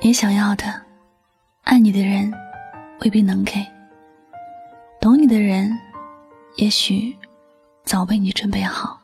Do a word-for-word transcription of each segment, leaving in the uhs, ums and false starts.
你想要的，爱你的人未必能给，懂你的人也许早被你准备好。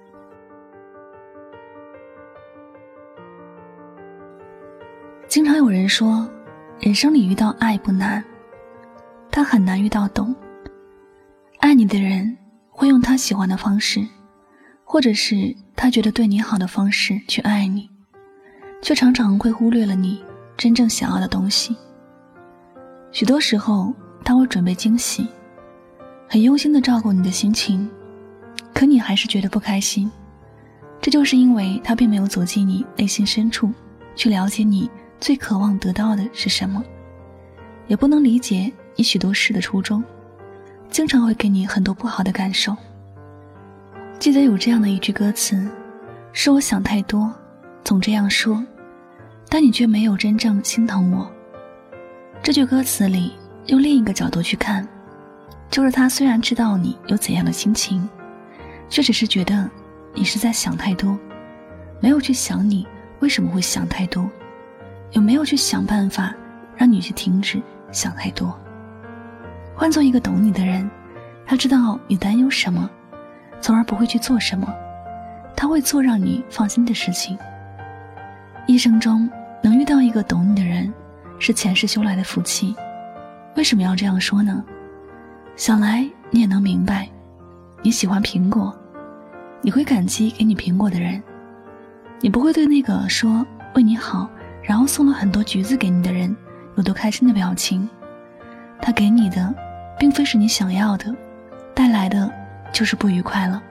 经常有人说，人生里遇到爱不难，但很难遇到懂。爱你的人会用他喜欢的方式，或者是他觉得对你好的方式去爱你，却常常会忽略了你真正想要的东西。许多时候他会准备惊喜，很用心地照顾你的心情，可你还是觉得不开心。这就是因为他并没有走进你内心深处，去了解你最渴望得到的是什么，也不能理解你许多事的初衷，经常会给你很多不好的感受。记得有这样的一句歌词，是我想太多，总这样说，但你却没有真正心疼我。这句歌词里用另一个角度去看，就是他虽然知道你有怎样的心情，却只是觉得你是在想太多，没有去想你为什么会想太多，有没有去想办法让你去停止想太多。换做一个懂你的人，他知道你担忧什么，从而不会去做什么，他会做让你放心的事情。一生中能遇到一个懂你的人，是前世修来的福气。为什么要这样说呢？想来你也能明白，你喜欢苹果，你会感激给你苹果的人，你不会对那个说为你好然后送了很多橘子给你的人有多开心的表情。他给你的并非是你想要的，带来的就是不愉快了。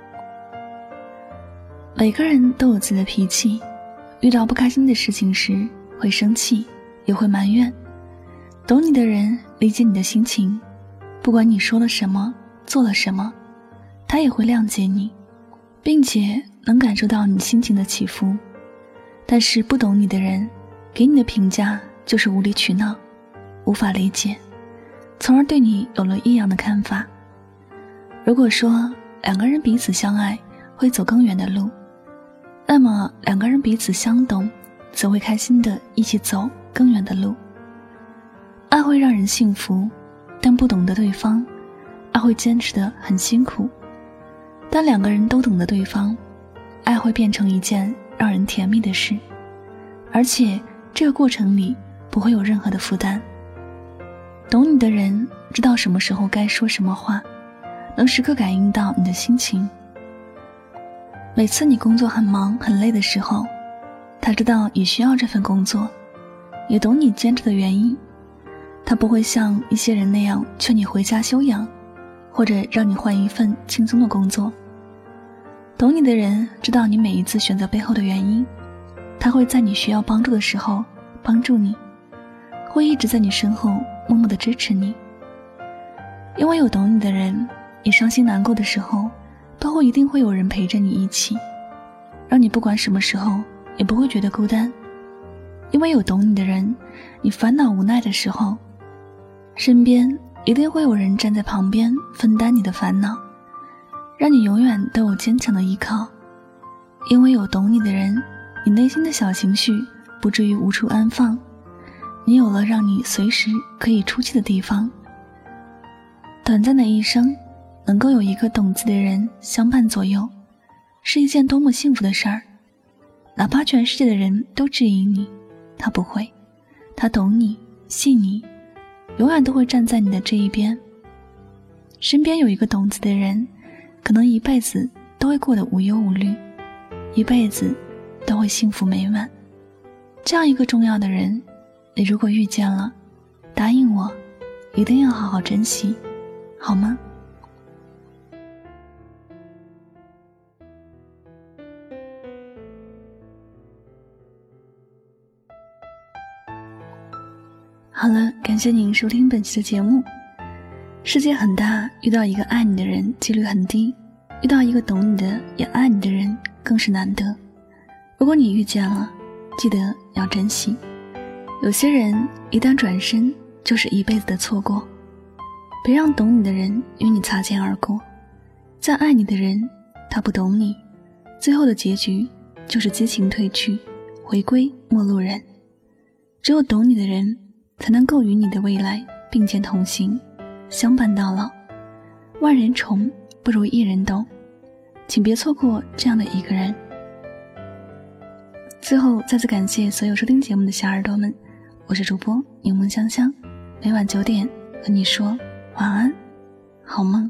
每个人都有自己的脾气，遇到不开心的事情时会生气，也会埋怨。懂你的人理解你的心情，不管你说了什么做了什么，他也会谅解你，并且能感受到你心情的起伏。但是不懂你的人给你的评价就是无理取闹，无法理解，从而对你有了异样的看法。如果说两个人彼此相爱会走更远的路，那么两个人彼此相懂则会开心地一起走更远的路。爱会让人幸福，但不懂得对方，爱会坚持得很辛苦。当两个人都懂得对方，爱会变成一件让人甜蜜的事，而且这个过程里不会有任何的负担。懂你的人知道什么时候该说什么话，能时刻感应到你的心情。每次你工作很忙很累的时候，他知道你需要这份工作，也懂你坚持的原因。他不会像一些人那样劝你回家休养，或者让你换一份轻松的工作。懂你的人知道你每一次选择背后的原因，他会在你需要帮助的时候帮助你，会一直在你身后默默地支持你。因为有懂你的人，你伤心难过的时候，都会一定会有人陪着你一起，让你不管什么时候也不会觉得孤单。因为有懂你的人，你烦恼无奈的时候，身边一定会有人站在旁边分担你的烦恼，让你永远都有坚强的依靠。因为有懂你的人，你内心的小情绪不至于无处安放，你有了让你随时可以出气的地方。短暂的一生，能够有一个懂自己的人相伴左右，是一件多么幸福的事儿。哪怕全世界的人都质疑你，他不会，他懂你，信你，永远都会站在你的这一边。身边有一个懂自己的人，可能一辈子都会过得无忧无虑，一辈子都会幸福美满。这样一个重要的人，你如果遇见了，答应我，一定要好好珍惜，好吗？好了，感谢您收听本期的节目。世界很大，遇到一个爱你的人几率很低，遇到一个懂你的也爱你的人更是难得。如果你遇见了，记得要珍惜。有些人一旦转身，就是一辈子的错过。别让懂你的人与你擦肩而过，再爱你的人他不懂你，最后的结局就是激情褪去，回归陌路人。 只有懂你的人，才能够与你的未来并肩同行，相伴到老。万人宠不如一人懂，请别错过这样的一个人。最后再次感谢所有收听节目的小耳朵们，我是主播柠檬香香，每晚九点和你说晚安，好梦。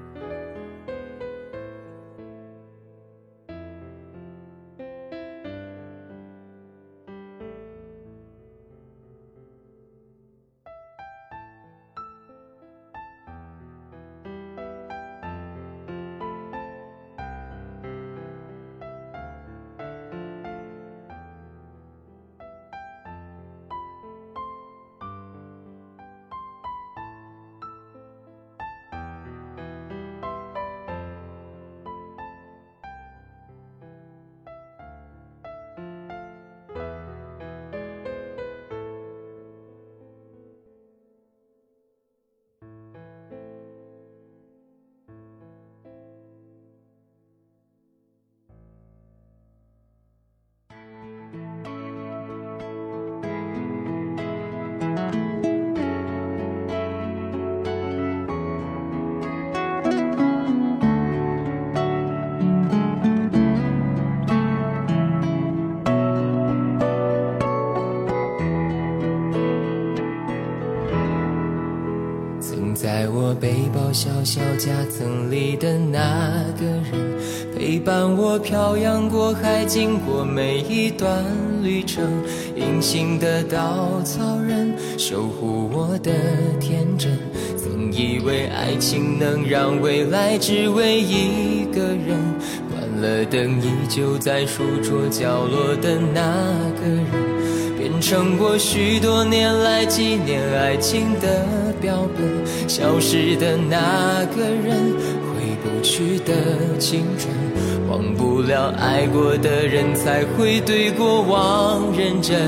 在我背包小小夹层里的那个人，陪伴我漂洋过海，经过每一段旅程。隐形的稻草人，守护我的天真。曾以为爱情能让未来只为一个人，关了灯依旧在书桌角落的那个人，变成我许多年来纪念爱情的标本。消失的那个人，回不去的青春，忘不了爱过的人，才会对过往认真。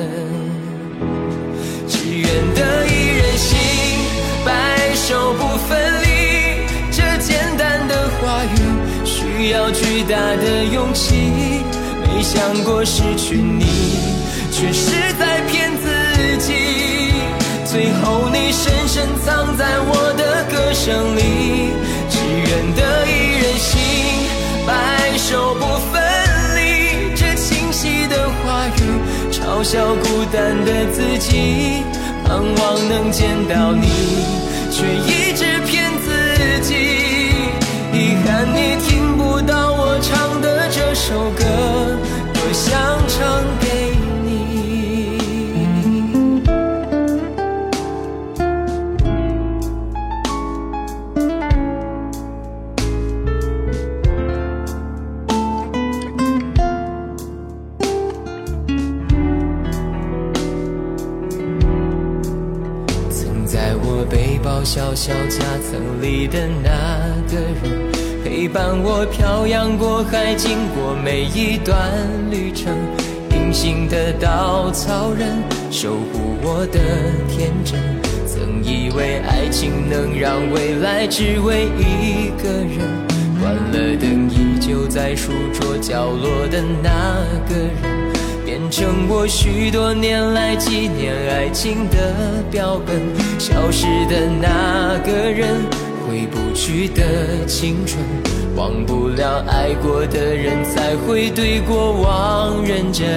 只愿得一人心，白首不分离，这简单的话语需要巨大的勇气。没想过失去你，却是在骗自己。最后你深深藏在我的歌声里，只愿得一人心，白首不分离。这清晰的话语嘲笑孤单的自己，盼望能见到你，却一直骗自己。遗憾你听不到我唱的这首歌，多想唱给你。背包小小夹层里的那个人，陪伴我漂洋过海，经过每一段旅程。隐形的稻草人，守护我的天真。曾以为爱情能让未来只为一个人，关了灯依旧在书桌角落的那个人，变成我许多年来纪念爱情的标本。消失的那个人，回不去的青春，忘不了爱过的人，才会对过往认真。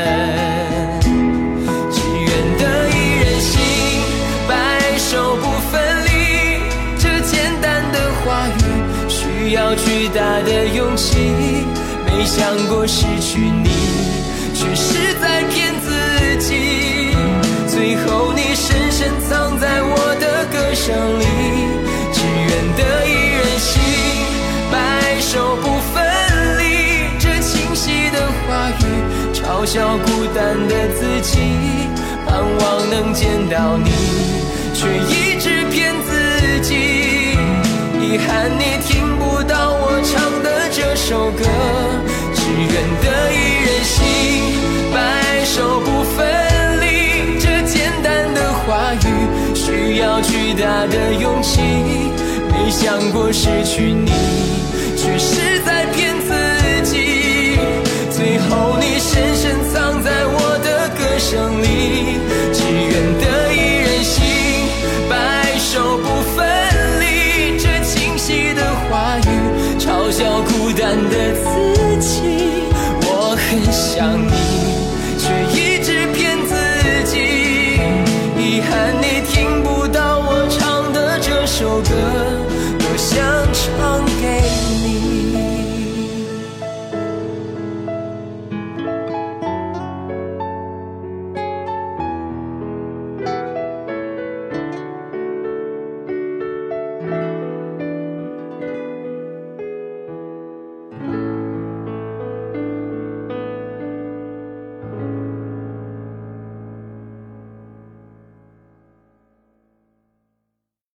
只愿得一人心，白首不分离。这简单的话语需要巨大的勇气。没想过失去你，却是在骗自己。最后你深深藏在我的歌声里，只愿得一人心，白首不分离。这清晰的话语嘲笑孤单的自己，盼望能见到你，却一直骗自己。遗憾你听不到我唱的这首歌，只愿得一人心，白首不分离。这简单的话语需要巨大的勇气。没想过失去你，却是在骗自己。最后你深深藏在我的歌声里， 感的